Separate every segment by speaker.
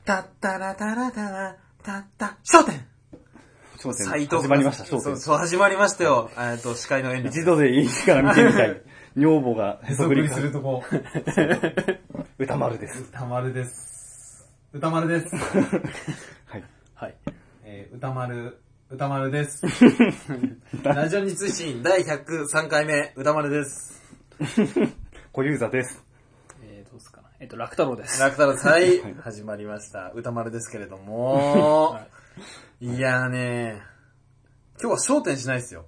Speaker 1: たったらたらたら、たった、笑点
Speaker 2: 始まりました、笑点。
Speaker 1: そう、始まりましたよ。司会の演
Speaker 2: 一度でいいから見てみたい。女房が
Speaker 1: へそくりするとこ。
Speaker 2: 歌丸です。
Speaker 1: 歌丸です。歌丸です。
Speaker 2: はい。
Speaker 1: はい。歌丸です。ラジオに通信第103回目、歌丸です。
Speaker 2: 小遊三です。
Speaker 3: どうすかな。楽太郎です。
Speaker 1: 楽太郎です。はい。始まりました。歌丸ですけれども、はい、いやーねー、今日は焦点しないですよ。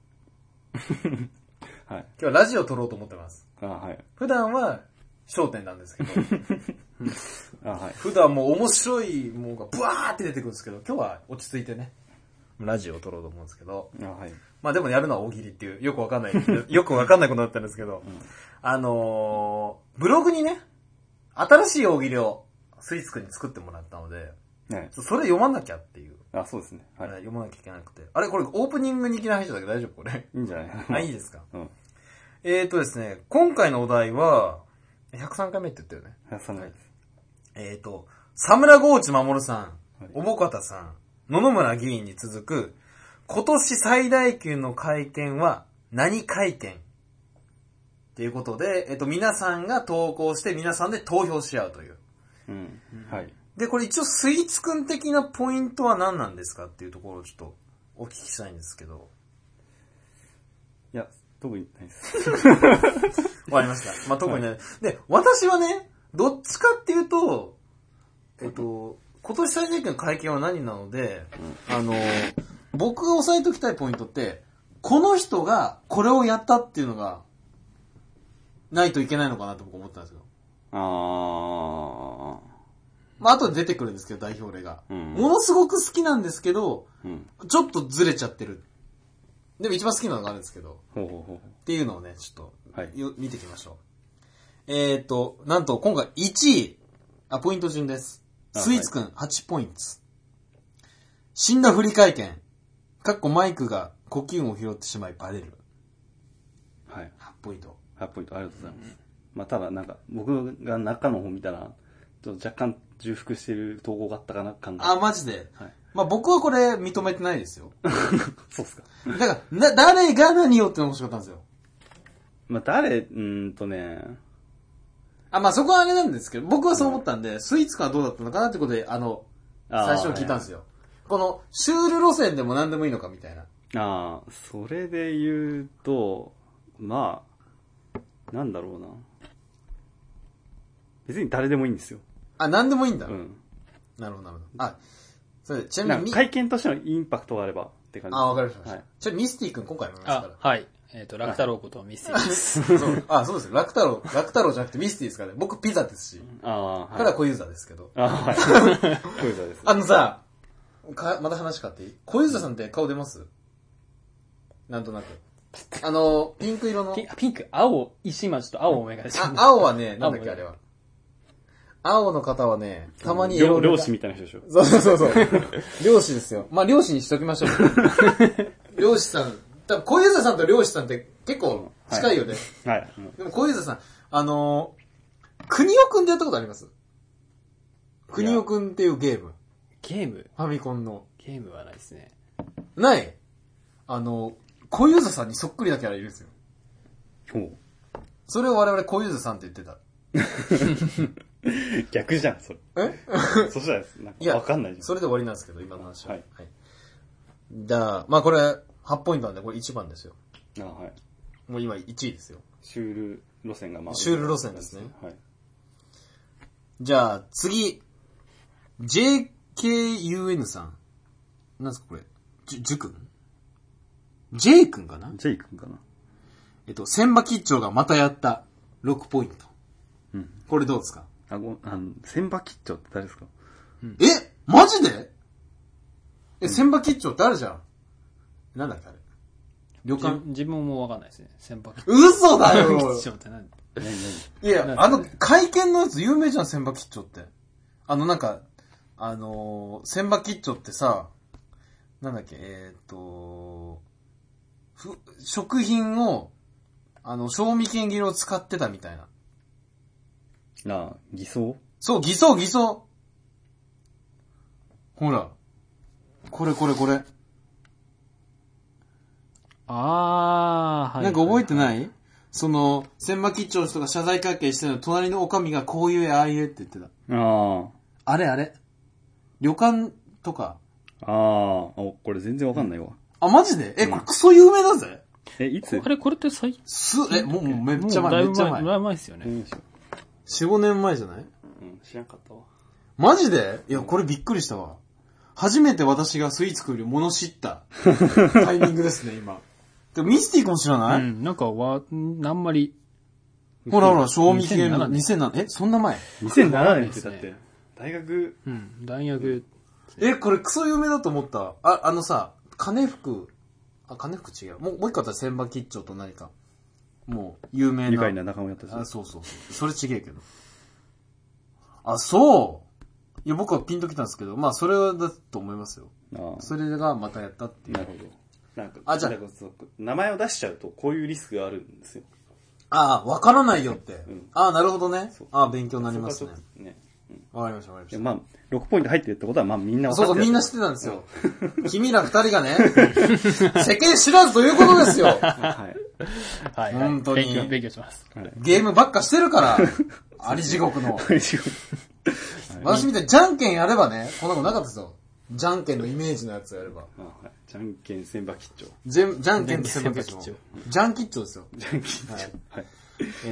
Speaker 2: はい。
Speaker 1: 今日はラジオ撮ろうと思ってます。
Speaker 2: はい。
Speaker 1: 普段は焦点なんですけど、
Speaker 2: はい。
Speaker 1: 普段もう面白いものがブワーって出てくるんですけど、今日は落ち着いてね、ラジオを撮ろうと思うんですけど、
Speaker 2: はい。
Speaker 1: まあでもやるのは大喜利っていう、よくわかんないことになったんですけど、ブログにね、新しい大喜利をスイーツくんに作ってもらったので、
Speaker 2: はい、
Speaker 1: それ読まなきゃっていう。
Speaker 2: あ、そうですね。はい。
Speaker 1: 読まなきゃいけなくて。あれこれオープニングにいきなり入っちゃったけど大丈夫これ。
Speaker 2: いいんじゃない
Speaker 1: あ、いいですか。
Speaker 2: うん。
Speaker 1: ですね、今回のお題は、103回目って言ったよね。
Speaker 2: 103回です。
Speaker 1: サムラゴーチマモルさん、
Speaker 2: はい、
Speaker 1: おぼかたさん、野々村議員に続く、今年最大級の会見は何会見っていうことで、皆さんが投稿して皆さんで投票し合うという。
Speaker 2: うん。はい。
Speaker 1: で、これ一応スイーツくん的なポイントは何なんですかっていうところをちょっとお聞きしたいんですけど。
Speaker 2: いや、特にないです。
Speaker 1: わかりました。まあ、特にない。はい、で、私はね、どっちかっていうと、今年最大級の会見は何なので、僕が押さえときたいポイントって、この人がこれをやったっていうのが、ないといけないのかなと僕思ったんですよ。まあ、後で出てくるんですけど、代表例が。ものすごく好きなんですけど、ちょっとずれちゃってる。でも一番好きなのがあるんですけど、っていうのをね、ちょっと、見ていきましょう。なんと今回1位、ポイント順です。スイーツくん8ポイント。死んだ振り会見。マイクが呼吸音を拾ってしまいバレる。
Speaker 2: はい。
Speaker 1: 8ポイント。
Speaker 2: 8ポイント、ありがとうございます。まあ、ただなんか、僕が中の方見たら、ちょっと若干重複してる投稿があったかな感が。
Speaker 1: マジで、
Speaker 2: はい。
Speaker 1: まあ僕はこれ認めてないですよ。
Speaker 2: そうっすか。
Speaker 1: だから、誰が何をってのが欲しかったんですよ。
Speaker 2: まあね。
Speaker 1: まあそこはあれなんですけど、僕はそう思ったんで、スイーツ感はどうだったのかなってことで、最初聞いたんですよ。この、シュール路線でも何でもいいのかみたいな。
Speaker 2: それで言うと、まあ、なんだろうな。別に誰でもいいんですよ。
Speaker 1: 何でもいいんだ。
Speaker 2: うん。
Speaker 1: なるほど、なるほど。それちなみに
Speaker 2: 会見としてのインパクトがあればって感じ。
Speaker 1: わかりました。
Speaker 2: はい。
Speaker 1: ミスティ君今回もいますから。
Speaker 3: はい。楽太郎ことミスティです。
Speaker 1: そうですよ。楽太郎じゃなくてミスティですからね。僕ピザですし。
Speaker 2: はい。
Speaker 1: から小遊三ですけど。
Speaker 2: はい。小遊三です。
Speaker 1: さ、また話変わっていい？小遊三さんって顔出ます？なんとなく。ピンク色の。
Speaker 3: ピンク、青、石町と青おめがです。
Speaker 1: 青はね、なんだっけあれは。青の方はね、たまに
Speaker 2: 漁師みたいな人でしょ。
Speaker 1: そう。漁師ですよ。まあ漁師にしときましょう。漁師さん。多分小遊三さんと漁師さんって結構近いよね。
Speaker 2: はい。
Speaker 1: でも小遊三さん、国尾くんってやったことあります？国尾くんっていうゲーム。
Speaker 3: ゲーム？
Speaker 1: ファミコンの。
Speaker 3: ゲームはないですね。
Speaker 1: ない？小遊三さんにそっくりなキャラいるんですよ。
Speaker 2: ほう。
Speaker 1: それを我々小遊三さんって言ってた。
Speaker 2: 逆じゃん、それ。そしたら、なんかわかんないじゃん。
Speaker 1: それで終わりなんですけど、今の話は。
Speaker 2: はい。
Speaker 1: じゃあ、まあこれ、8ポイントなんで、これ1番ですよ。
Speaker 2: はい。
Speaker 1: もう今1位ですよ。
Speaker 2: シュール路線が回る。
Speaker 1: シュール路線ですね。
Speaker 2: はい。
Speaker 1: じゃあ、次。JKUN さん。なんすかこれ。ジュ君 ?J 君かな？
Speaker 2: J 君かな。
Speaker 1: 千葉吉兆がまたやった。6ポイント。
Speaker 2: うん。
Speaker 1: これどうですか？
Speaker 2: 千葉吉兆って誰ですか？
Speaker 1: マジで？千葉吉兆ってあるじゃん。なんだっけあれ。旅館？
Speaker 3: 自分もわかんないですね。千葉吉兆。
Speaker 1: 嘘だよ
Speaker 3: 吉兆って何？
Speaker 1: いや、会見のやつ有名じゃん、千葉吉兆って。なんか、千葉吉兆ってさ、なんだっけ、食品を、賞味期限切れを使ってたみたいな。
Speaker 2: 偽装？
Speaker 1: そう、偽装。 ほら。これ。
Speaker 3: はい。
Speaker 1: なんか覚えてない？その、千葉吉兆とか謝罪会見してるの隣のおかみがこういう絵ああいう絵って言ってた。あれ。旅館とか。
Speaker 2: これ全然わかんないわ。
Speaker 1: あ、マジで？これクソ有名だぜ。
Speaker 2: いつ？
Speaker 3: これって
Speaker 1: もうめっちゃ前。
Speaker 3: だいぶ前ですよね。
Speaker 1: 4、5年前じゃない？
Speaker 2: 知らんかったわ。
Speaker 1: マジで？いや、これびっくりしたわ。初めて私がスイーツ食うより物知ったタイミングですね、今。でもミスティかもしれない？
Speaker 3: なんかあんまり。
Speaker 1: ほら、賞味期限の2007、そんな前？
Speaker 2: 2007 年ってだって、大学。
Speaker 1: これクソ有名だと思った。さ、金福違う。もう一個あったら千葉吉兆と何か。もう、有名な。
Speaker 2: 愉快な仲間やったし。
Speaker 1: そう。それちげえけど。そう。いや、僕はピンときたんですけど、まあ、それだと思いますよ。それがまたやったっていう。
Speaker 2: なるほど。なんか、じゃあ、名前を出しちゃうと、こういうリスクがあるんですよ。
Speaker 1: わからないよって。なるほどね。勉強になりますね。わかりました。
Speaker 2: まあ、6ポイント入ってるってことは、まあみんな
Speaker 1: 分かってる。そう、みんな知ってたんですよ。君ら二人がね、世間知らずということですよ。
Speaker 3: はい。本当に。勉強します。
Speaker 1: ゲームばっかしてるから、あり地獄の。私みたいにじゃんけんやればね、こんなことなかったですよ。じゃんけんのイメージのやつやれば。
Speaker 2: じゃんけん千葉吉兆。
Speaker 1: じゃんけん千葉吉兆。じゃん吉兆ですよ。
Speaker 2: じゃん吉兆。はい。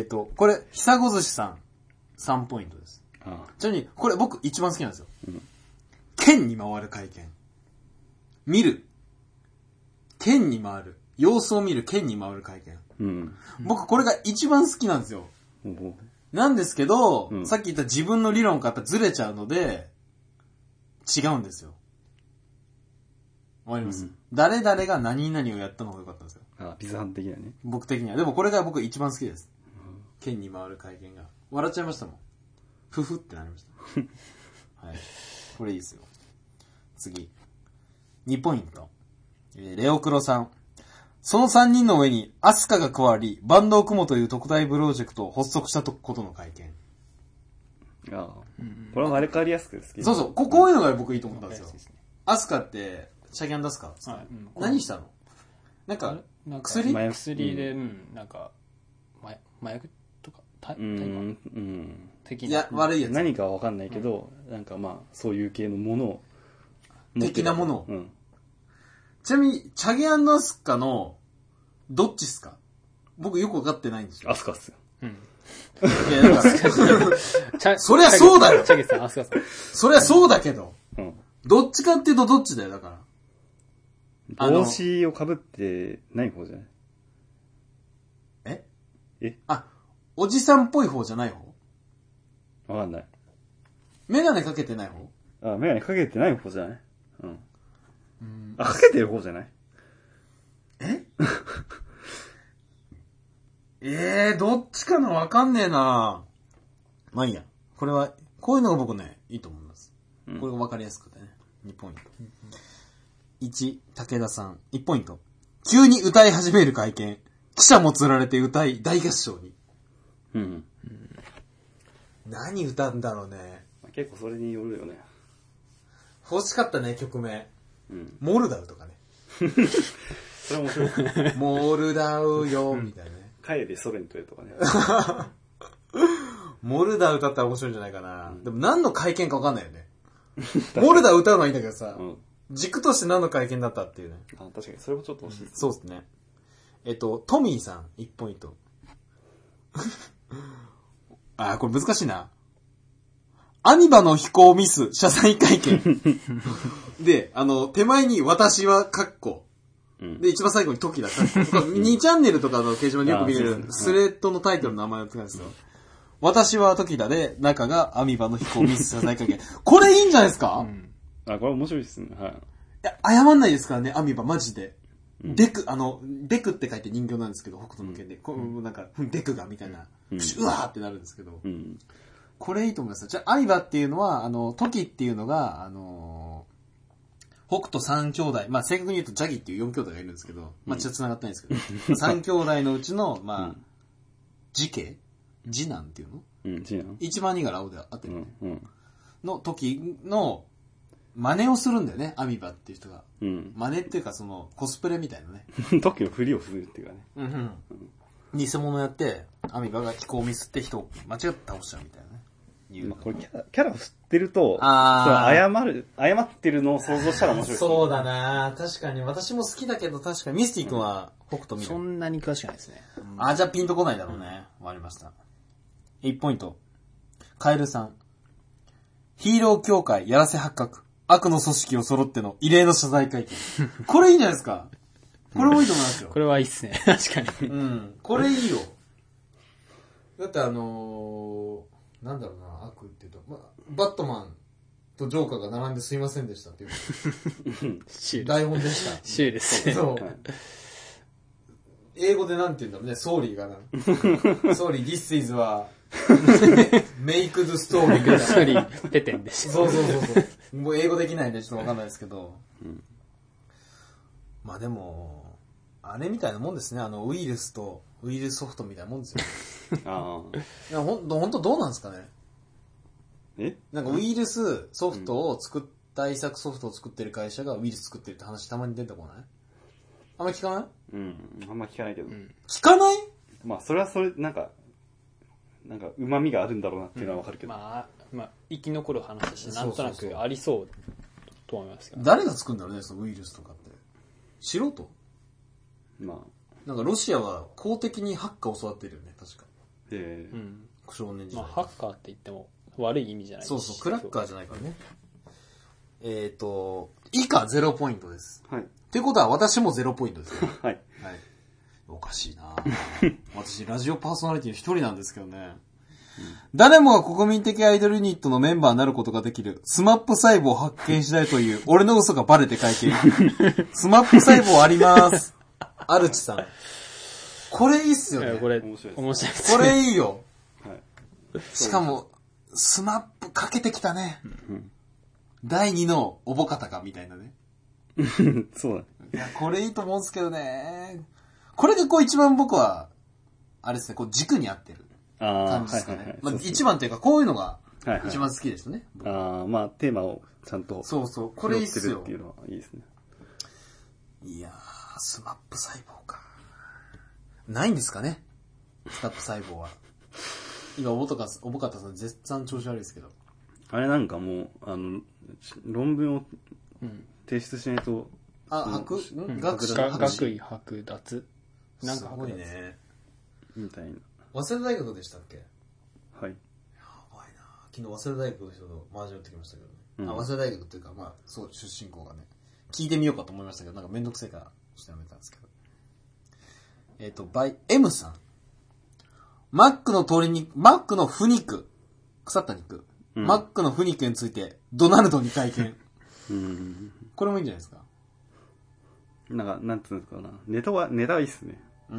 Speaker 1: これ、久子寿司さん、3ポイントです。ちなみに、これ僕一番好きなんですよ。剣に回る会見。見る。剣に回る。様子を見る剣に回る会見。僕これが一番好きなんですよ。なんですけど、さっき言った自分の理論からずれちゃうので、違うんですよ。わかります？誰々が何々をやったのが良かったんですよ。
Speaker 2: ビズハン的なね。
Speaker 1: 僕的には。でもこれが僕一番好きです。剣に回る会見が。笑っちゃいましたもん。ふふってなりました。はい。これいいですよ。次。2ポイント。レオクロさん。その3人の上にアスカが加わり、バンドを組もうという特大プロジェクトを発足したことの会見。
Speaker 2: これは割り替わりやすくですけど。
Speaker 1: そう。こういうのが僕いいと思ったんですよ。アスカって、シャギャンダスカ、何したの？なんか、薬
Speaker 3: で、なんか、麻薬とか、大麻的な。
Speaker 1: いや、悪いやつ。
Speaker 2: 何かわかんないけど、なんかまあ、そういう系のものを。
Speaker 1: 的なものを。ちなみに、チャゲ&アスカの、どっちっすか？僕よくわかってないんですよ。
Speaker 2: アスカっすよ。
Speaker 1: いや、だからそりゃそうだよ。
Speaker 3: チャゲさん、アスカさん。
Speaker 1: そりゃそうだけど。どっちかっていうとどっちだよ、だから。
Speaker 2: 帽子を被ってない方じゃない？
Speaker 1: おじさんっぽい方じゃない方？
Speaker 2: わかんない。
Speaker 1: メガネかけてない方？
Speaker 2: メガネかけてない方じゃない？かけてる方じゃない？
Speaker 1: どっちかなわかんねえな。まあいいや。これは、こういうのが僕ね、いいと思います。これがわかりやすくてね。2ポイント。1、武田さん。1ポイント。急に歌い始める会見。記者も釣られて歌い、大合唱に。何歌うんだろうね。
Speaker 2: 結構それによるよね。
Speaker 1: 欲しかったね、曲名。モルダウとかね。
Speaker 2: それ面白い。
Speaker 1: モルダウよ、みたいなね。
Speaker 2: 帰れソ連とやとかね。
Speaker 1: モルダウ歌ったら面白いんじゃないかな。でも何の会見か分かんないよね。モルダウ歌うのはいいんだけどさ、軸として何の会見だったっていうね。
Speaker 2: 確かに、それもちょっと欲しいですね。
Speaker 1: そうですね。トミーさん、1ポイント。これ難しいな。アニバの飛行ミス、謝罪会見。で、手前に私はカッコ。で、一番最後にトキだ、カッコ。2チャンネルとかの掲示板でよく見れるスレッドのタイトルの名前を使うんですよ。私はトキだで、中がアミバの飛行ミス謝罪会見。これいいんじゃないですか？
Speaker 2: これ面白いですね。はい。い
Speaker 1: や、謝んないですからね、アミバ、マジで。デクって書いて人形なんですけど、北斗の拳で。なんか、デクが、みたいな、うわーってなるんですけど。これいいと思います。じゃあ、アミバっていうのは、トキっていうのが、北斗三兄弟、まあ、正確に言うとジャギっていう4兄弟がいるんですけど、まあ、ちょっと繋がってないんですけど、3兄弟のうちの、まあ、次家次男っていうの？
Speaker 2: 次男。
Speaker 1: 一番兄がラオであってる。の時の、 真似をするんだよね、アミバっていう人が。
Speaker 2: うん。
Speaker 1: 真似っていうかコスプレみたいなね。
Speaker 2: 時のふりをするっていうかね。
Speaker 1: うんうん。偽物やって、アミバが飛行ミスって人を間違って倒しちゃうみたいなね。
Speaker 2: まあ、これキャラを知ってると、謝ってるのを想像したら面白い。
Speaker 1: そうだな確かに。私も好きだけど、確かにミスティ君は北斗見る。
Speaker 3: そんなに詳しくないですね。
Speaker 1: じゃあピンとこないだろうね。わかりました。1ポイント。カエルさん。ヒーロー協会やらせ発覚。悪の組織を揃っての異例の謝罪会見。これいいんじゃないですか。これもいいと思いますよ。
Speaker 3: これはいいっすね。確かに。
Speaker 1: うん。これいいよ。だってなんだろうな、悪っていうと、バットマンとジョーカーが並んですいませんでしたっていう。台本でした。
Speaker 3: シューですね。そう。
Speaker 1: 英語でなんて言うんだろうね、ソーリーがな。ソーリー、this is は、メイクドストーリーみたいな。
Speaker 3: ストーリー、ペテンでした。
Speaker 1: そう。もう英語できないんでちょっとわかんないですけど。まあでも、あれみたいなもんですね。ウイルスとウイルスソフトみたいなもんですよ。いや、ほんとどうなんですかね。なんかウイルスソフトを対策ソフトを作ってる会社がウイルス作ってるって話たまに出てこない？あんま聞かない？
Speaker 2: あんま聞かないけど。
Speaker 1: 聞かない？
Speaker 2: まあ、それはそれ、なんか、旨味があるんだろうなっていうのはわかるけど。
Speaker 3: まあ、生き残る話だし、なんとなくありそうと思いますけど。
Speaker 1: 誰が作るんだろうね、そのウイルスとかって。素人？
Speaker 2: まあ。
Speaker 1: なんかロシアは公的にハッカーを育てるよね、確か。少年時代。
Speaker 3: ハッカーって言っても悪い意味じゃないし。
Speaker 1: そう、クラッカーじゃないからね。以下0ポイントです。
Speaker 2: はい。
Speaker 1: っていうことは私も0ポイントですね。
Speaker 2: はい。
Speaker 1: はい。おかしいな私、ラジオパーソナリティの一人なんですけどね。誰もが国民的アイドルユニットのメンバーになることができるスマップ細胞を発見したいという俺の嘘がバレて会見。スマップ細胞あります。アルチさん。これいいっすよね。
Speaker 3: これ面白いです。
Speaker 1: これいいよ。
Speaker 2: はい。
Speaker 1: しかも、スマップかけてきたね。第2のおぼかたかみたいなね。
Speaker 2: そう
Speaker 1: だ。いや、これいいと思うんですけどね。これが一番僕は、あれですね、軸に合ってる感じですかね。一番というか、こういうのが一番好きですね。
Speaker 2: まあ、テーマをちゃんと。
Speaker 1: そう、これいいっすよ。
Speaker 2: っていうのはいいですね。
Speaker 1: いやー、スマップ細胞か。ないんですかね、スマップ細胞は。今、おぼかたさん絶賛調子悪いですけど。
Speaker 2: あれなんかもう、論文を提出しないと、
Speaker 1: 学位
Speaker 3: 剥奪
Speaker 1: なんかすごいね。
Speaker 2: みたいな。
Speaker 1: 早稲田大学でしたっけ？
Speaker 2: はい。
Speaker 1: やばいな。昨日早稲田大学の人とマージャンやってきましたけどね。早稲田大学っていうか、そう、出身校がね、聞いてみようかと思いましたけど、なんかめんどくせえから、ちょっとやめたんですけど。M さん。マックの腐肉、腐った肉。マックの腐肉について、ドナルドに会見。これもいいんじゃないですか。
Speaker 2: なんつうんですかな。ネタはいいっすね。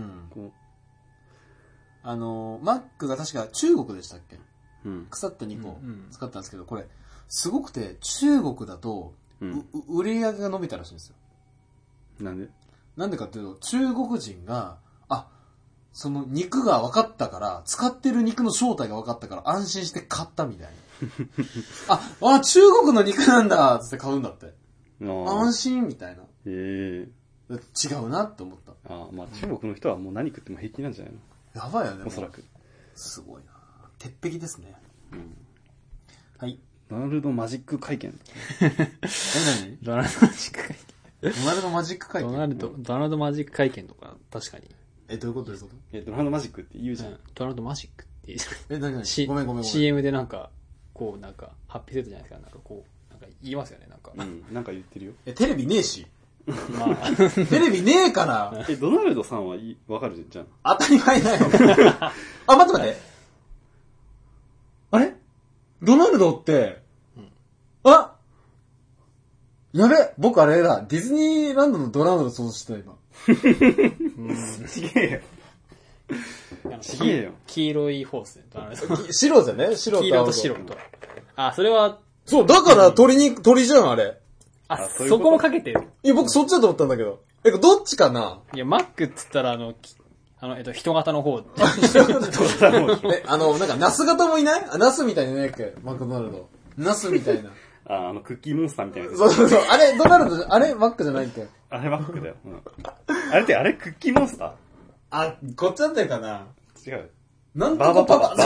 Speaker 1: マックが確か中国でしたっけ？腐った肉を使ったんですけど、これ、すごくて、中国だと、売り上げが伸びたらしいんですよ。なんでかっていうと、中国人が、その肉が分かったから、使ってる肉の正体が分かったから安心して買ったみたいな。中国の肉なんだって買うんだって。安心みたいな。違うなって思った。
Speaker 2: まあ中国の人はもう何食っても平気なんじゃないの？
Speaker 1: やばいよね。
Speaker 2: おそらく。
Speaker 1: すごいな。鉄壁ですね。はい。
Speaker 2: ドナルドマジック会見。
Speaker 1: 何？
Speaker 3: ドナルドマジック会見。
Speaker 1: ドナルドマジック会見。
Speaker 3: ドナルドマジック会見とか、確かに。
Speaker 1: どういうこと？
Speaker 2: ドナルドマジックって言うじゃん。
Speaker 3: ドナルドマジックって言うじゃん。
Speaker 1: 何？ごめん。
Speaker 3: CM でなんか、こうなんか、発表するじゃないですか。なんかこう、なんか言いますよね、なんか。
Speaker 2: なんか言ってるよ。
Speaker 1: テレビねえし。テレビねえから。
Speaker 2: ドナルドさんはわかるじゃん。
Speaker 1: 当たり前だよ。待って。あれ？ドナルドって、やべ、僕あれだ、ディズニーランドのドナルド想像してた今。
Speaker 2: ちげえよ。
Speaker 3: 黄色いフォースね、ドナルド。
Speaker 1: 白じゃね？白と
Speaker 3: 黄色と白と。それは。
Speaker 1: そう、だから鳥じゃん、あれ。
Speaker 3: そこもかけてる。
Speaker 1: いや、僕そっちだと思ったんだけど。どっちかな？
Speaker 3: いや、マックっつったら人型の方。
Speaker 1: なんかナス型もいない？ナスみたいにいないっけ？マクドナルド。ナスみたいな。
Speaker 2: クッキーモンスターみたいな。
Speaker 1: そうそうそう。あれ、ドナルド、あれ、マックじゃないっけ？
Speaker 2: あれマックだよ。うん。あれクッキーモンスター？
Speaker 1: あ、こっちだったかな？
Speaker 2: 違う。
Speaker 1: なんとかパパ。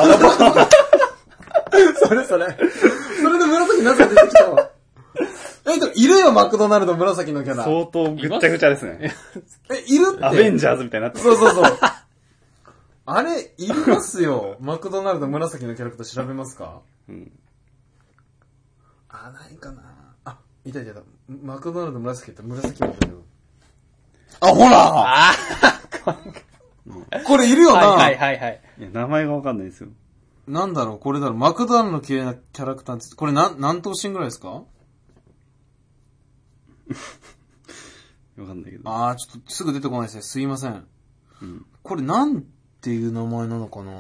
Speaker 1: それ。それで紫なぜ出てきたわ。いるよ、マクドナルド紫のキャラ。
Speaker 2: 相当ぐっちゃぐちゃですね。
Speaker 1: いるって。
Speaker 2: アベンジャーズみたいになってる。
Speaker 1: そう。あれ、いますよ。マクドナルド紫のキャラクター調べますか？うん。ないかな。いた。マクドナルド紫って紫なんだけど。ほらこれいるよな。
Speaker 3: はい。
Speaker 2: いや、名前がわかんないですよ。
Speaker 1: なんだろう、これだろう。マクドナルドの綺麗なキャラクターって、これ何頭身ぐらいですか？わ
Speaker 2: かんないけど。
Speaker 1: ちょっとすぐ出てこないですね。すいません。うん。これなんていう名前なのかな？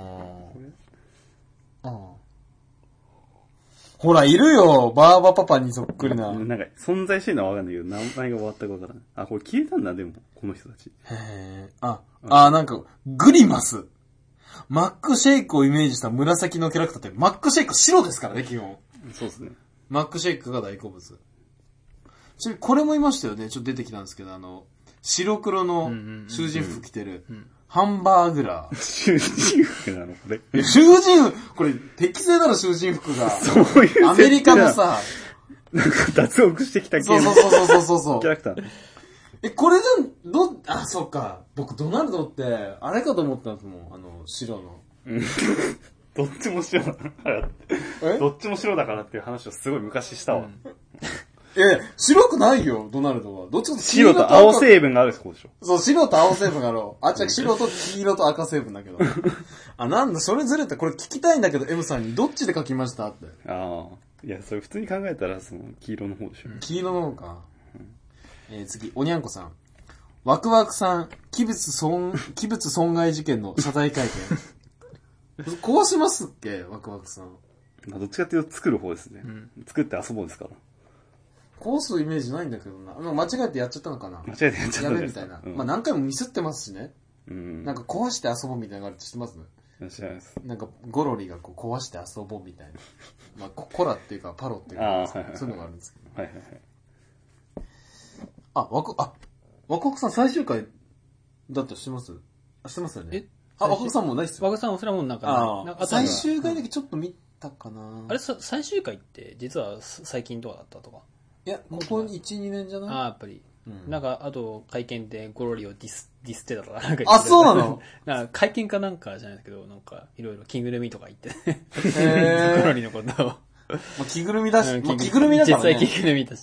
Speaker 1: ほら、いるよ。バーバパパにそっくりな。
Speaker 2: なんか、存在してるのはわかんないけど、名前が終わったかわからない。これ消えたんだ、でも、この人たち。
Speaker 1: なんか、グリマス。マックシェイクをイメージした紫のキャラクターって、マックシェイク白ですからね、基本。
Speaker 2: そうですね。
Speaker 1: マックシェイクが大好物。ちなみにこれもいましたよね。ちょっと出てきたんですけど、白黒の囚人服着てる、ハンバーグラー。
Speaker 2: 囚人服なのこれ。
Speaker 1: これ、適正なの囚人服が。
Speaker 2: そういう。
Speaker 1: アメリカのさ、
Speaker 2: なんか脱獄してきた系
Speaker 1: の。そう。
Speaker 2: キャラクター。
Speaker 1: これじゃそっか。僕、ドナルドって、あれかと思ったんですもん。白の。
Speaker 2: どっちも白だからって。どっちも白だからっていう話をすごい昔したわ。
Speaker 1: 白くないよ、ドナルドは。どっちかと
Speaker 2: 白と青成分がある方でしょ。
Speaker 1: そう、白と青成分がある。白と黄色と赤成分だけど。なんだ、それずれて、これ聞きたいんだけど、M さんにどっちで書きましたって。
Speaker 2: いや、それ普通に考えたら、黄色の方でしょ。
Speaker 1: 黄色の方か。次、おにゃんこさん。ワクワクさん、器物損害事件の謝罪会見。壊しますっけ、ワクワクさん。
Speaker 2: どっちかっていうと作る方ですね。作って遊ぼうですから。
Speaker 1: 壊すイメージないんだけどな。間違えてやっちゃったのかな。
Speaker 2: 間違えてやっちゃった。
Speaker 1: やめみたいな。何回もミスってますしね。なんか壊して遊ぼうみたいなのがあるって知ってます？
Speaker 2: 知らないです。
Speaker 1: なんかゴロリが壊して遊ぼうみたいな。コラっていうかパロっていうか、そういうのがあるんですけど。ワクワクさん最終回だって知ってます？知ってますよね。ワクワクさんもないっすよ。
Speaker 3: ワクワクさんもそれはもうなんか、
Speaker 1: 最終回だけちょっと見たかな。
Speaker 3: あれ、最終回って実は最近とかだったとか？
Speaker 1: いや、ここ1、2年じゃない？
Speaker 3: やっぱり。なんか、あと、会見でゴロリをディスってたとか、なんか
Speaker 1: そうなの？
Speaker 3: なんか会見かなんかじゃないですけど、なんか、いろいろ着ぐるみとか言って、ゴロリのことを。
Speaker 1: 着ぐるみだし、着ぐるみだからね。
Speaker 3: 実際着ぐるみだし。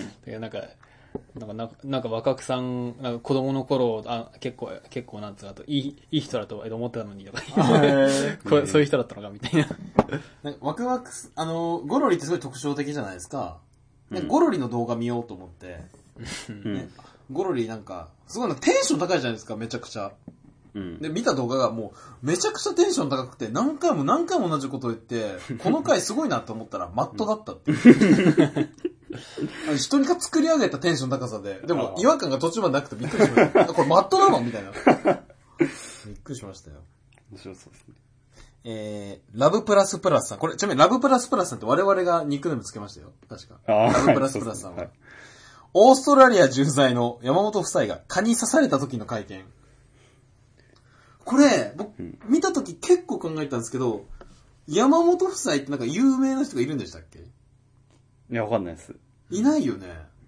Speaker 3: なんか若くさん、なんか子供の頃、結構なんつうかと、いい人だと思ってたのにとか、そういう人だったのかみたいな。
Speaker 1: ワクワク、ゴロリってすごい特徴的じゃないですか。ゴロリの動画見ようと思って、ゴロリなんか、すごいテンション高いじゃないですか、めちゃくちゃ。で、見た動画がもう、めちゃくちゃテンション高くて、何回も同じことを言って、この回すごいなと思ったら、マットだったっていう。人に作り上げたテンション高さで、でも違和感が途中までなくてびっくりしました。これマットなのみたいな。びっくりしましたよ。
Speaker 2: 面白そうですね。
Speaker 1: ラブプラスプラスさん。これ、ちなみにラブプラスプラスさんって我々がニックネームつけましたよ。確か。ラブプラスプラスさんは。オーストラリア駐在の山本夫妻が蚊に刺された時の会見。これ、僕、見た時結構考えたんですけど、山本夫妻ってなんか有名な人がいるんでしたっけ？
Speaker 2: いや、わかんないです。
Speaker 1: いないよね。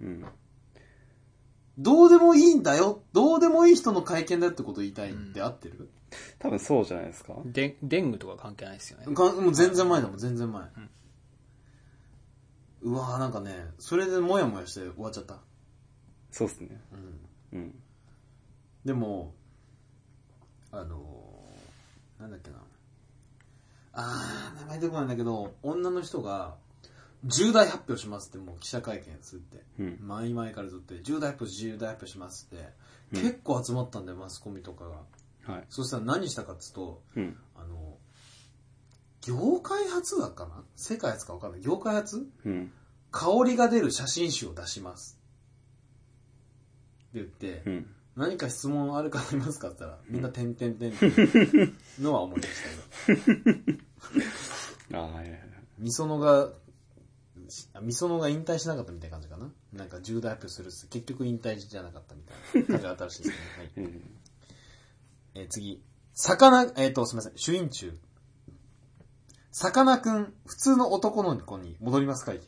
Speaker 1: どうでもいいんだよ。どうでもいい人の会見だってこと言いたいって合ってる？
Speaker 2: 多分そうじゃないですか。
Speaker 3: デングとか関係ないですよね。
Speaker 1: もう全然前だもん、全然前。うわぁ、なんかね、それでモヤモヤして終わっちゃった。
Speaker 2: そうっすね。
Speaker 1: でも、なんだっけな。名前出てこないんだけど、女の人が、重大発表しますってもう記者会見するって。前々からずっと重大発表しますって。結構集まったんだよ、マスコミとかが。そしたら何したかっつうと、業界初だかな？世界初か分かんない。業界初？香りが出る写真集を出します。って言って、何か質問ある方いますかって言ったら、みんな点々点ってのは思い出したよ。みそのがみそのが引退しなかったみたいな感じかな。なんか重大発表するっす。結局引退じゃなかったみたいな感じがあったらしいですね。はい。次。すいません。朱印中。さかなクン、普通の男の子に戻ります会見。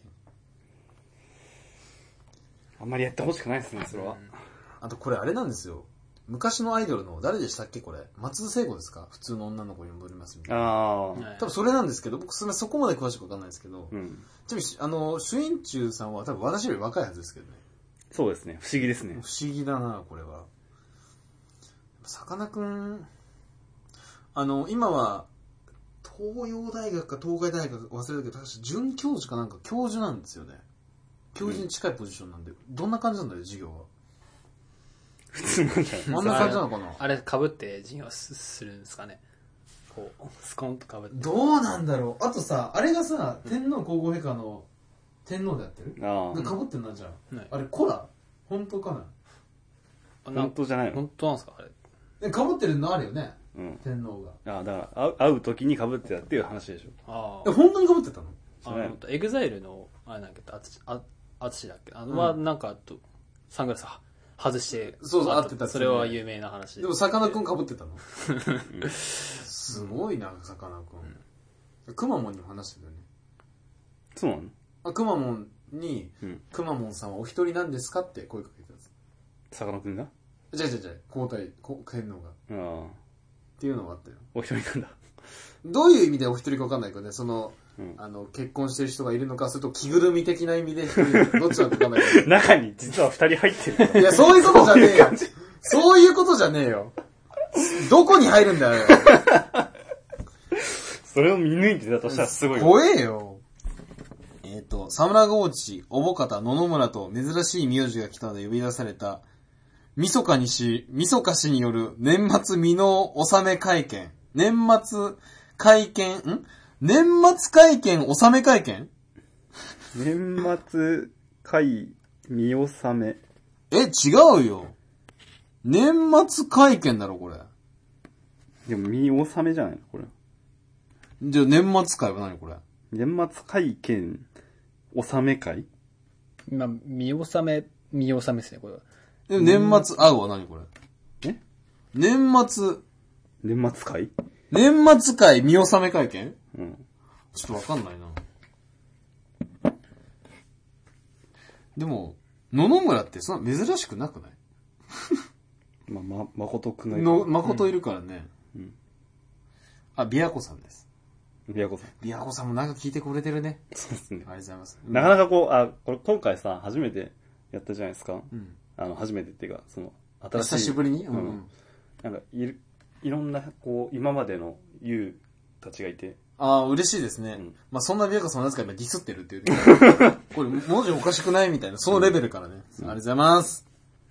Speaker 2: あんまりやってほしくないですね、それは。
Speaker 1: あとこれあれなんですよ。昔のアイドルの、誰でしたっけこれ。松津聖子ですか？普通の女の子に戻りますみたいな。多分それなんですけど、僕そこまで詳しくわかんないですけど。ちなみに、朱印中さんは多分私より若いはずですけどね。
Speaker 2: そうですね。不思議ですね。
Speaker 1: 不思議だな、これは。さかなクン、今は、東洋大学か東海大学か忘れたけど、確か准教授かなんか教授なんですよね。教授に近いポジションなんで、どんな感じなんだよ、授業は。
Speaker 2: 普通なんじゃない
Speaker 1: あんな感じなのかな。
Speaker 3: あれ被って授業するんですかね。こう、スコンと被って。
Speaker 1: どうなんだろう。あとさ、あれがさ、天皇皇后陛下の天皇でやってるが被ってんな、じゃん。あれ、コラ本当か
Speaker 2: な本当じゃないの？
Speaker 3: 本当なんですかあれ。
Speaker 1: 被ってるのあるよね。天皇が。
Speaker 2: だから会う時に被ってたっていう話でしょ。
Speaker 1: 本当に被ってたの？
Speaker 3: エグザイルの、あれなんだっけ、あつしだっけは、なんか、サングラス外して、
Speaker 1: そう会ってた。
Speaker 3: それは有名な話
Speaker 1: でも、さかなクン被ってたのすごいな、さかなクン。くまモンにも話してたよね。
Speaker 2: そうなの？
Speaker 1: くまモンに、くまモンさんはお一人なんですかって声かけてたんです。
Speaker 2: さかなクンが？
Speaker 1: じゃ皇太、天皇が。っていうのがあったよ。
Speaker 2: お一人なんだ。
Speaker 1: どういう意味でお一人か分かんないけどね、結婚してる人がいるのか、それと着ぐるみ的な意味で、どっちなのか分かんないけど。
Speaker 2: 中に実は二人入ってる。
Speaker 1: いや、そういうことじゃねえよ。そういうことじゃねえよ。どこに入るんだよ。
Speaker 2: それを見抜いてたとしたらすごい。
Speaker 1: 怖えよ。サムラゴーチ、おぼかた、野々村と珍しい名字が来たので呼び出された、みそか氏による年末未納納め会見。年末会見納め会見
Speaker 2: 年末見納め。
Speaker 1: 違うよ。年末会見だろ、これ。
Speaker 2: でも見納めじゃないのこれ。
Speaker 1: じゃあ年末会は何これ？
Speaker 2: 年末会見、納め会？
Speaker 3: 今、見納めですね、これは。
Speaker 1: でも年末会うは何これ？年末
Speaker 2: 会？
Speaker 1: 年末会見納め会見？ちょっとわかんないな。でも、野々村ってそんな珍しくなくない？
Speaker 2: 誠くんがいる。
Speaker 1: 誠いるからね。ビアコさんです。
Speaker 2: ビアコさん
Speaker 1: もなんか聞いてくれてるね。
Speaker 2: そうですね。
Speaker 1: ありがとうございます。
Speaker 2: なかなかこれ今回さ、初めてやったじゃないですか。初めてっていうか、
Speaker 1: 久しぶりに
Speaker 2: なんか、いろんな、今までの優たちがいて。
Speaker 1: 嬉しいですね。そんなビアコさんをなぜか今ディスってるっていう。これ、文字おかしくないみたいな、そのレベルからね。ありがとうございます。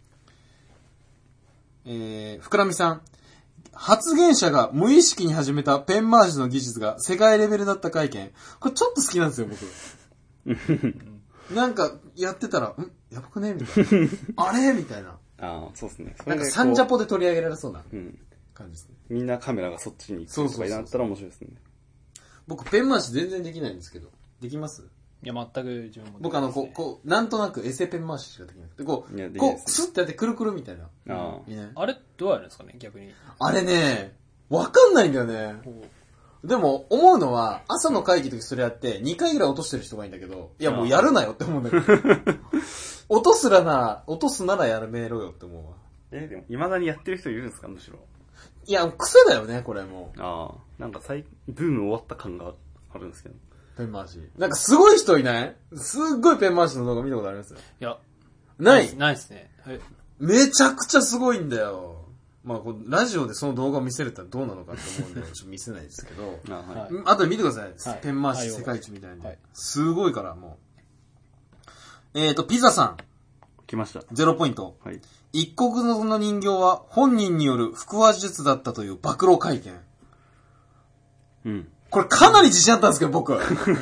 Speaker 1: ふくらみさん。発言者が無意識に始めたペンマージの技術が世界レベルだった会見。これちょっと好きなんですよ、僕。なんか、やってたら、やばくねみたいな。あれみたいな。
Speaker 2: そうですね。
Speaker 1: なんかサンジャポで取り上げられそうな感じですね。
Speaker 2: みんなカメラがそっちに行くとかになったら面白いですね。
Speaker 1: 僕、ペン回し全然できないんですけど。できます？
Speaker 3: いや、全く自分もで
Speaker 1: きない、ね。僕なんとなくエセペン回ししかできなくて、スッてやってくるくるみたいな。
Speaker 3: あれどうやるんですかね、逆に。
Speaker 1: あれね、わかんないんだよね。でも、思うのは、朝の会議の時それやって、2回ぐらい落としてる人がいいんだけど、いや、もうやるなよって思うんだけど。落とすならやめろよって思うわ。
Speaker 2: でも、未だにやってる人いるんですか、むしろ。
Speaker 1: いや、癖だよね、これも
Speaker 2: う。なんかブーム終わった感があるんですけど。
Speaker 1: ペン回し。なんかすごい人いない？すっごいペン回しの動画見たことあります？
Speaker 3: いや。
Speaker 1: ない
Speaker 3: っすね。
Speaker 1: めちゃくちゃすごいんだよ。ラジオでその動画を見せるってどうなのかって思うんで、ちょっと見せないですけど。あと見てください。ペン回し世界一みたいな。すごいから、もう。ピザさん。
Speaker 2: 来ました。
Speaker 1: 0ポイント。一国の人形は本人による腹話術だったという暴露会見。これかなり自信あったんですけど、僕。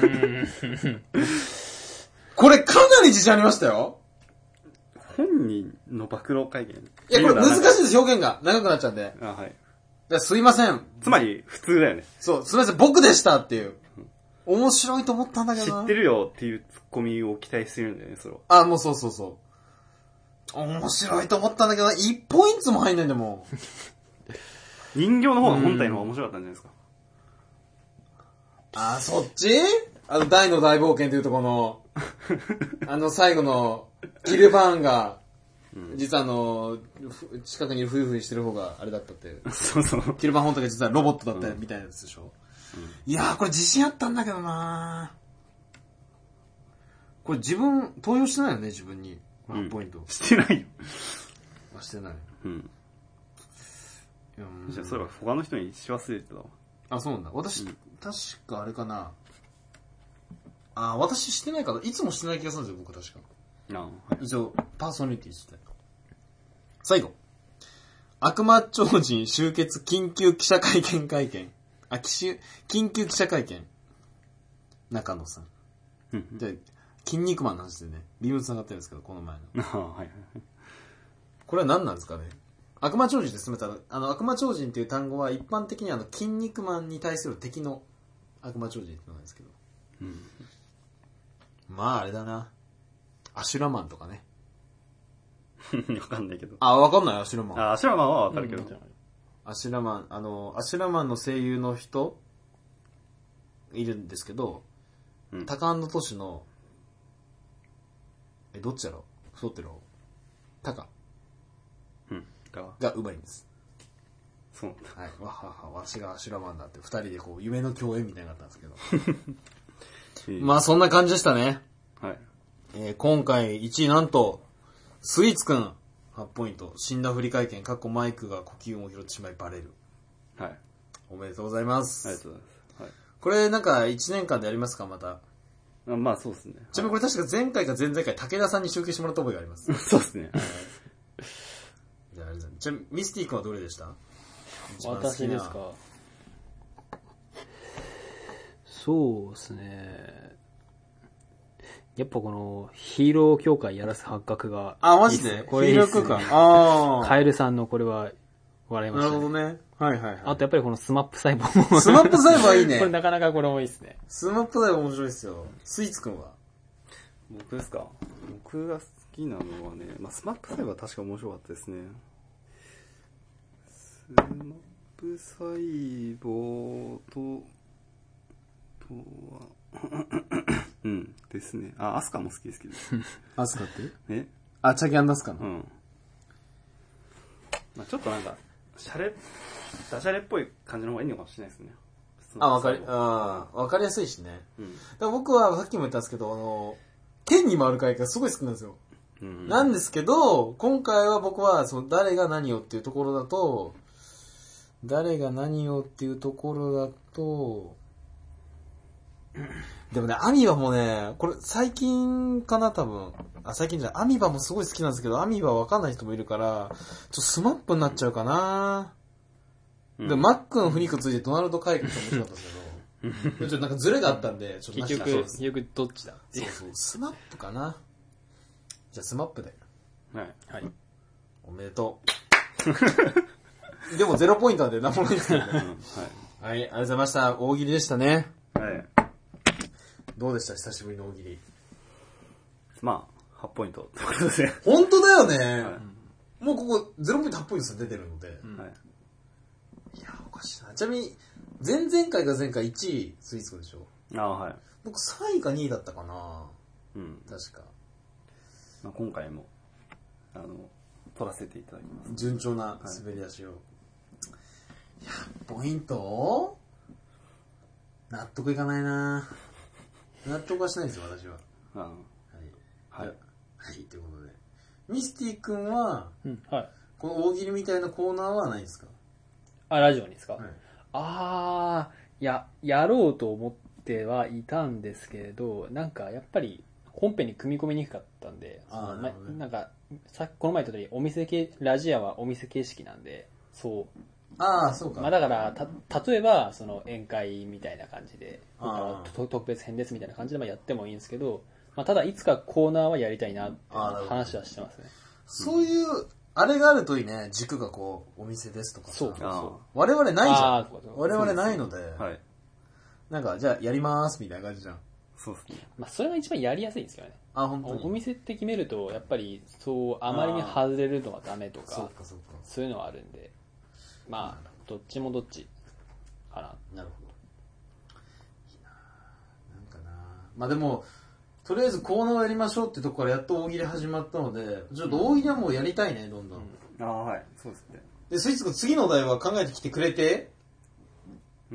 Speaker 1: これかなり自信ありましたよ。
Speaker 2: 本人の暴露会見。
Speaker 1: いや、これ難しいです、表現が。長くなっちゃうんで。すいません。
Speaker 2: つまり、普通だよね。
Speaker 1: そう、すいません、僕でしたっていう。 面白いと思ったんだけどな。
Speaker 2: 知ってるよっていうツッコミを期待してるんだよね、それは。
Speaker 1: あ、もうそうそうそう。面白いと思ったんだけどな、1ポイントも入んないんだもん。
Speaker 2: 人形の方が本体の方が面白かったんじゃないですか。
Speaker 1: あ、そっち？大の大冒険というところの、最後の、キルバーンが、実は近くにいるフイフイしてる方があれだったって。
Speaker 2: そうそう。
Speaker 1: キルバーン本体が実はロボットだったみたいなやつでしょ。いやー、これ自信あったんだけどなー。これ投票してないよね、自分に。8ポイント。
Speaker 2: してないよ。
Speaker 1: してない。
Speaker 2: じゃあ、それは他の人にし忘れてたわ。
Speaker 1: あ、そうなんだ。私、確かあれかな。私してないから、いつもしてない気がするんですよ、僕確か。
Speaker 2: はい、
Speaker 1: 一応、パーソナリティして。最後。悪魔超人集結緊急記者会見。緊急記者会見。中野さん。で、筋肉マンの話でね、ビーム繋がってるんですけど、この前の。はいはい。これは何なんですかね。悪魔超人って進めたら、悪魔超人っていう単語は一般的に筋肉マンに対する敵の悪魔超人ってのなんですけど。まああれだな。アシュラマンとかね。
Speaker 2: わかんないけど。
Speaker 1: わかんない、アシュラマン。
Speaker 2: アシュラマンはわかるけど。
Speaker 1: アシュラマン、アシュラマンの声優の人、いるんですけど、タカアンドトシの、どっちだろう太ってる方タカ。がうまいんです。
Speaker 2: そう
Speaker 1: はい。わしがアシュラマンだって二人でこう、夢の共演みたいになったんですけど。まあそんな感じでしたね。
Speaker 2: はい。
Speaker 1: 今回1位なんと、スイーツくん8ポイント。死んだ振り会見、マイクが呼吸音を拾ってしまいバレる。
Speaker 2: はい。
Speaker 1: おめでとうございます。
Speaker 2: ありがとうございます。はい。
Speaker 1: これなんか1年間でやりますかまた。
Speaker 2: まあそうですね。
Speaker 1: ちなみにこれ確か前回か前々回武田さんに集計してもらった覚えがあります。
Speaker 2: そうですね。
Speaker 1: じゃああれだね。ちなみにミスティ君はどれでした？
Speaker 3: 私ですか。そうですね。やっぱこのヒーロー協会やらす発覚がいい。
Speaker 1: マジで？これヒーロー協会。
Speaker 3: カエルさんのこれは笑いましたね。
Speaker 1: なるほどね。はいはいはい。
Speaker 3: あとやっぱりこのスマップ細胞も。
Speaker 1: スマップ細胞はいいね。
Speaker 3: これなかなかこれもいいですね。
Speaker 1: スマップ細胞面白いですよ。スイーツくんは？
Speaker 2: 僕ですか？僕が好きなのはね、スマップ細胞は確か面白かったですね。スマップ細胞とは、ですね。アスカも好きです。
Speaker 1: アスカって
Speaker 2: チ
Speaker 1: ャギアンダスカの。
Speaker 2: ちょっとなんか、ダジャレっぽい感じの方がいいのかもしれないですね。
Speaker 1: わかりやすいしね。だから僕はさっきも言ったんですけど、天に回る会がすごい好きなんですよ。なんですけど、今回は僕は、誰が何をっていうところだと、でもね、アミバもね、これ最近かな多分。最近じゃない。アミバもすごい好きなんですけど、アミバわかんない人もいるから、スマップになっちゃうかな。で、マックのフニックついてドナルド会議って面白かったですけど、ちょっとなんかズレがあったんで、ちょっと
Speaker 3: 結局どっちだ？
Speaker 1: そう、スマップかな。じゃあスマップで。
Speaker 2: はい。
Speaker 1: おめでとう。でも0ポイントなんで何もないですけどね。はい、ありがとうございました。大喜利でしたね。
Speaker 2: はい。
Speaker 1: どうでした久しぶりの大喜利。
Speaker 2: 8ポイントってことですね。
Speaker 1: 本当だよね。もうここ0ポイント8ポイント出てるので。いや、おかしいな。ちなみに、前々回が前回1位スイーツでしょ。
Speaker 2: はい。
Speaker 1: 僕3位か2位だったかな。確か。
Speaker 2: 今回も、取らせていただきます。
Speaker 1: 順調な滑り出しを。100ポイント納得いかないな。納得はしないですよ、私は。はい、ということで。ミスティ君は、この大喜利みたいなコーナーはないですか？
Speaker 3: ラジオにですか？やろうと思ってはいたんですけれど、なんかやっぱり本編に組み込みにくかったんで、なんか、この前言った通り、ラジオはお店形式なんで、そう。
Speaker 1: そうか。
Speaker 3: だから、例えば、宴会みたいな感じで、特別編ですみたいな感じでやってもいいんですけど、ただいつかコーナーはやりたいなって話はしてますね。
Speaker 1: そういう、あれがあるといいね。軸がお店ですとかさ。
Speaker 3: そう。
Speaker 1: 我々ないじゃん。我々ないので。 なんか、じゃあやりまーすみたいな感じじゃん。
Speaker 2: そうですね。
Speaker 3: まあ、それが一番やりやすいんですよね。
Speaker 1: あ、本当に。
Speaker 3: お店って決めると、やっぱり、そう、あまりに外れるのはダメとか、そういうのはあるんで、まあ、どっちもどっちかな。
Speaker 1: なるほど。いいななんかなまあでも、とりあえずコーナーをやりましょうってとこからやっと大喜利始まったので、ちょっと大喜利はもうやりたいね、どんどん。
Speaker 2: ああ、はい。そうですね。
Speaker 1: で、スイーツくん次のお題は考えてきてくれて、
Speaker 2: うん。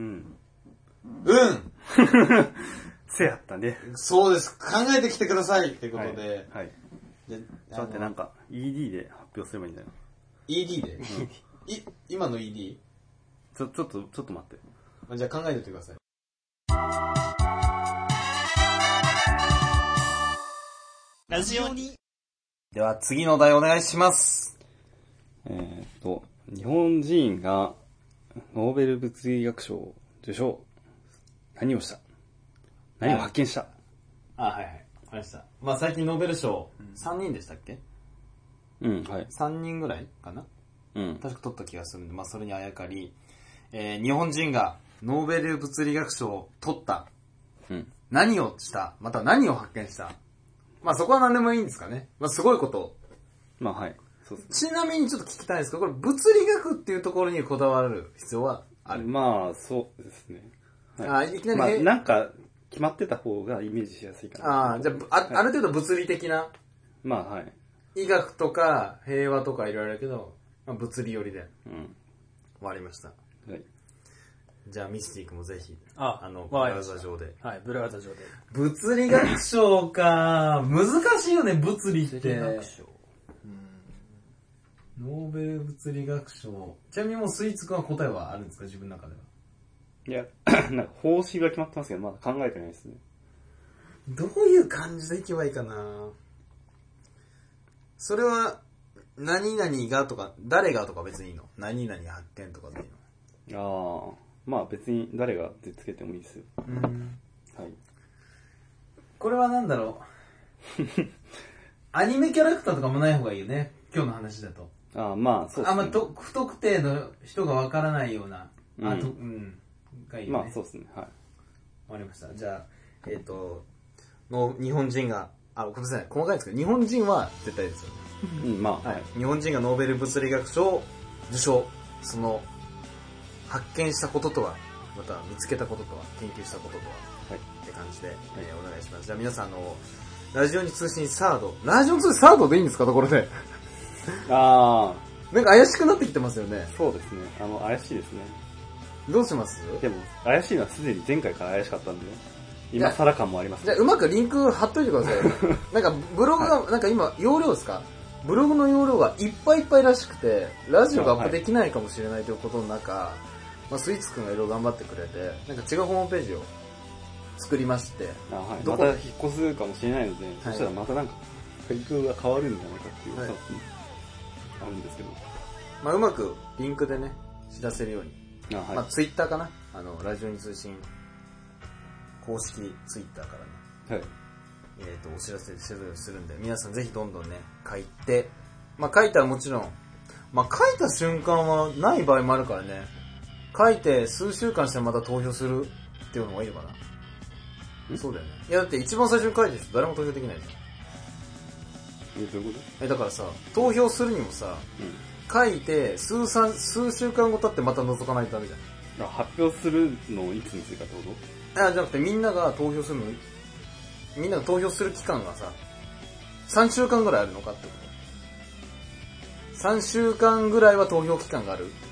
Speaker 2: せやったね。
Speaker 1: そうです。考えてきてくださいってことで。
Speaker 2: はい。じゃあ待って、なんか、ED で発表すればいいんだよ。
Speaker 1: ED で、今の ED？
Speaker 2: ちょっと待って。
Speaker 1: じゃあ考えておいてください。ラジオに。では次のお題お願いします。
Speaker 2: 日本人がノーベル物理学賞受賞。何を発見した？
Speaker 1: はい。わかりました。まあ最近ノーベル賞、3人でしたっけ？
Speaker 2: うん、はい。
Speaker 1: 3人ぐらいかな？
Speaker 2: うん。
Speaker 1: 確か取った気がするんで、まあそれにあやかり、日本人がノーベル物理学賞を取った。
Speaker 2: うん。
Speaker 1: 何をした？また何を発見した？まあそこは何でもいいんですかね。まあすごいこと。
Speaker 2: まあはい。そうですね。
Speaker 1: ちなみにちょっと聞きたいんですけど、これ物理学っていうところにこだわる必要はある？
Speaker 2: まあ、そうですね。はい、
Speaker 1: いきなり、
Speaker 2: まあ、なんか、決まってた方がイメージしやすいかな。
Speaker 1: じゃあ、ある程度物理的な。
Speaker 2: まあ、はい。
Speaker 1: 医学とか平和とかいろいろあるけど、まあ、物理寄りで。
Speaker 2: うん。
Speaker 1: わかりました。
Speaker 2: はい。
Speaker 1: じゃあ、ミスティックもぜひ、ブ
Speaker 3: ラ
Speaker 1: ラウザ上で。
Speaker 3: はい、ブラウザ上で。
Speaker 1: 物理学賞か。難しいよね、物理って。
Speaker 3: 物理学賞。
Speaker 1: ノーベル物理学賞。ちなみにもうスイーツくんは答えはあるんですか、自分の中では。
Speaker 2: いや、なんか方針が決まってますけど、まだ考えてないですね。
Speaker 1: どういう感じでいけばいいかな。それは、何々がとか、誰がとか別にいいの？何々発見とかでいい
Speaker 2: の？まあ別に誰がってつけてもいいですよ。はい。
Speaker 1: これはなんだろう。アニメキャラクターとかもない方がいいよね。今日の話だと。
Speaker 2: まあそうですね。
Speaker 1: あんま不特定の人がわからないような。がいいよね。
Speaker 2: まあそうですね。はい。
Speaker 1: わかりました。じゃあ、日本人が、ごめんなさい、細かいんですけど、日本人は絶対ですよね。
Speaker 2: まあ、
Speaker 1: はい。日本人がノーベル物理学賞を受賞。その、発見したこととは、また見つけたこととは、研究したこととは、って感じで、お願いします。じゃあ皆さん、ラジオに通信サード。ラジオに通信サードでいいんですか、ところで。なんか怪しくなってきてますよね。
Speaker 2: そうですね。怪しいですね。
Speaker 1: どうします？
Speaker 2: でも、怪しいのはすでに前回から怪しかったんで、今更感もあります、
Speaker 1: ね。じゃあうまくリンク貼っといてくださいよ。なんかブログが、なんか今、容量ですか？ブログの容量がいっぱいいっぱいらしくて、ラジオがアップできないかもしれないということの中、まあ、スイーツくんがいろいろ頑張ってくれて、なんか違うホームページを作りまして、
Speaker 2: また引っ越すかもしれないので、そしたらまたなんか、リンクが変わるんじゃないかっていう、あるんですけど。
Speaker 1: まあうまくリンクでね、知らせるように。まあツイッターかな、ラジオに通信公式ツイッターからね、お知らせするようにするんで、皆さんぜひどんどんね、書いて、まあ書いたらもちろん、まあ書いた瞬間はない場合もあるからね、書いて数週間してまた投票するっていうのがいいのかな。そうだよね。いやだって一番最初に書いてる人誰も投票できないじゃん。
Speaker 2: どういうこと？
Speaker 1: だからさ、投票するにもさ、書いて数週間後経ってまた覗かないとダメじゃん。
Speaker 2: 発表するのをいつにするかってこと？
Speaker 1: じゃなくてみんなが投票するの、みんなが投票する期間がさ、3週間ぐらいあるのかってこと。3週間ぐらいは投票期間があるってこと。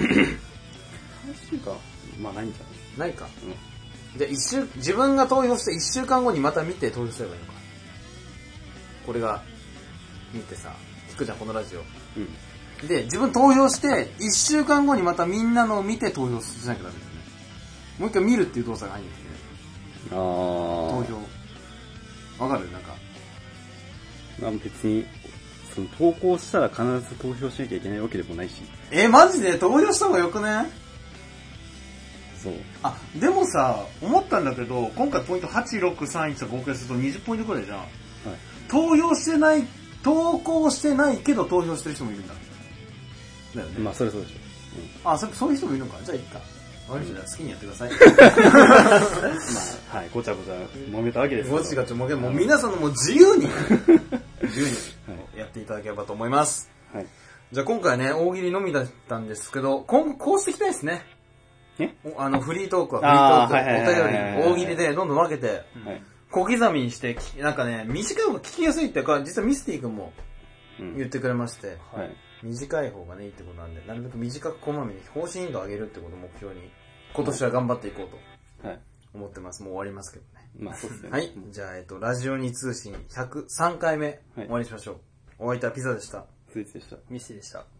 Speaker 2: 3週間？まあないんじゃ
Speaker 1: ない？ないか。じゃあ自分が投票して1週間後にまた見て投票すればいいのか。これが、見てさ、聞くじゃん、このラジオ。で、自分投票して、1週間後にまたみんなのを見て投票しなきゃダメですよね。もう一回見るっていう動作が入るんですね。投票。わかる？なんか。
Speaker 2: 別に、その投稿したら必ず投票しなきゃいけないわけでもないし。
Speaker 1: マジで投票した方がよくね？
Speaker 2: そう。
Speaker 1: でもさ、思ったんだけど、今回ポイント8、6、3、1と合計すると20ポイントくらいじゃん。はい。投稿してないけど投票してる人もいるんだ。だよね。
Speaker 2: まあ、それそうでしょ。
Speaker 1: そういう人もいるのか。じゃあいいか。 わかりました。好きにやってください。
Speaker 2: はい、ごちゃごちゃ揉めたわけですけど。
Speaker 1: ごちゃごちゃ揉めて、もう皆さんのもう自由にやっていただければと思います。はい。じゃあ今回ね、大喜利のみだったんですけど、今後こうしていきたいですね。フリートークはフリートーク、お便り、大喜利でどんどん分けて、小刻みにして、なんかね、短い方が聞きやすいっていうか、実はミスティ君も言ってくれまして、短い方がね、いいってことなんで、なるべく短くこまめに更新頻度を上げるってことを目標に、今年は頑張っていこうと思ってます。もう終わりますけどね。
Speaker 2: まあそうですね。
Speaker 1: はい。じゃあ、ラジオに通信103回目終わりにしましょう。お相手はピザでした。
Speaker 2: スイーツでした。
Speaker 3: ミスでした。